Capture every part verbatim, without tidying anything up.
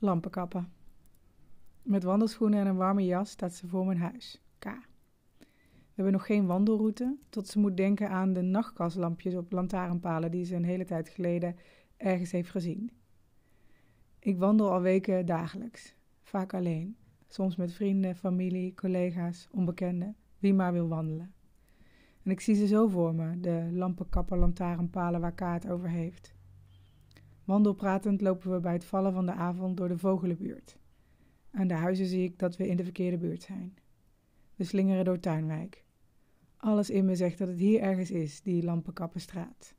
Lampenkappen. Met wandelschoenen en een warme jas staat ze voor mijn huis. K. We hebben nog geen wandelroute, tot ze moet denken aan de nachtkastlampjes op lantaarnpalen die ze een hele tijd geleden ergens heeft gezien. Ik wandel al weken dagelijks, vaak alleen. Soms met vrienden, familie, collega's, onbekenden, wie maar wil wandelen. En ik zie ze zo voor me, de lampenkappen, lantaarnpalen waar K het over heeft. Wandelpratend lopen we bij het vallen van de avond door de Vogelenbuurt. Aan de huizen zie ik dat we in de verkeerde buurt zijn. We slingeren door Tuinwijk. Alles in me zegt dat het hier ergens is, die Lampenkappenstraat.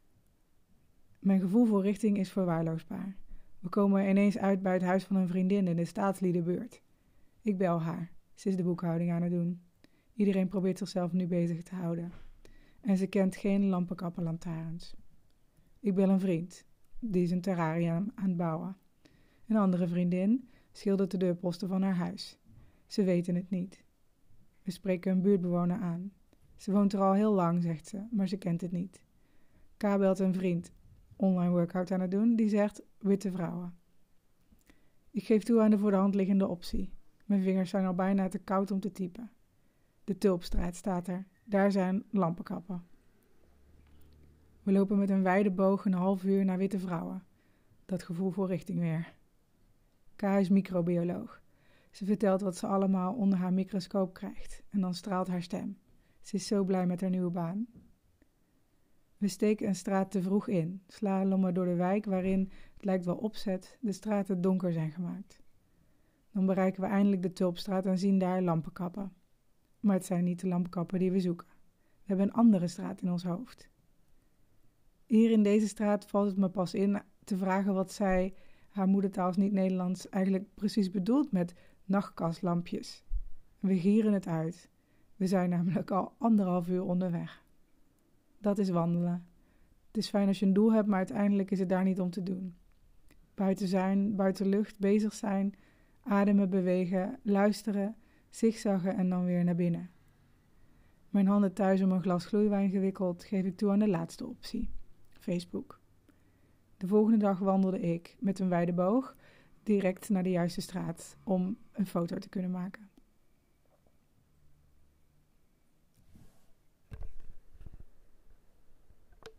Mijn gevoel voor richting is verwaarloosbaar. We komen ineens uit bij het huis van een vriendin in de Staatsliedenbuurt. Ik bel haar. Ze is de boekhouding aan het doen. Iedereen probeert zichzelf nu bezig te houden. En ze kent geen lampenkappenlantaarns. Ik bel een vriend. Die is een terrarium aan het bouwen. Een andere vriendin schildert de deurposten van haar huis. Ze weten het niet. We spreken een buurtbewoner aan. Ze woont er al heel lang, zegt ze, maar ze kent het niet. K belt een vriend, online workout aan het doen, die zegt witte vrouwen. Ik geef toe aan de voor de hand liggende optie. Mijn vingers zijn al bijna te koud om te typen. De Tulpstraat staat er. Daar zijn lampenkappen. We lopen met een wijde boog een half uur naar witte vrouwen. Dat gevoel voor richting weer. K is microbioloog. Ze vertelt wat ze allemaal onder haar microscoop krijgt en dan straalt haar stem. Ze is zo blij met haar nieuwe baan. We steken een straat te vroeg in, slalommen door de wijk waarin, het lijkt wel opzet, de straten donker zijn gemaakt. Dan bereiken we eindelijk de Tulpstraat en zien daar lampenkappen. Maar het zijn niet de lampenkappen die we zoeken. We hebben een andere straat in ons hoofd. Hier in deze straat valt het me pas in te vragen wat zij, haar moedertaal is niet Nederlands, eigenlijk precies bedoelt met nachtkastlampjes. We gieren het uit. We zijn namelijk al anderhalf uur onderweg. Dat is wandelen. Het is fijn als je een doel hebt, maar uiteindelijk is het daar niet om te doen. Buiten zijn, buiten lucht, bezig zijn, ademen, bewegen, luisteren, zigzaggen en dan weer naar binnen. Mijn handen thuis om een glas gloeiwijn gewikkeld, geef ik toe aan de laatste optie. Facebook. De volgende dag wandelde ik met een wijde boog direct naar de juiste straat om een foto te kunnen maken.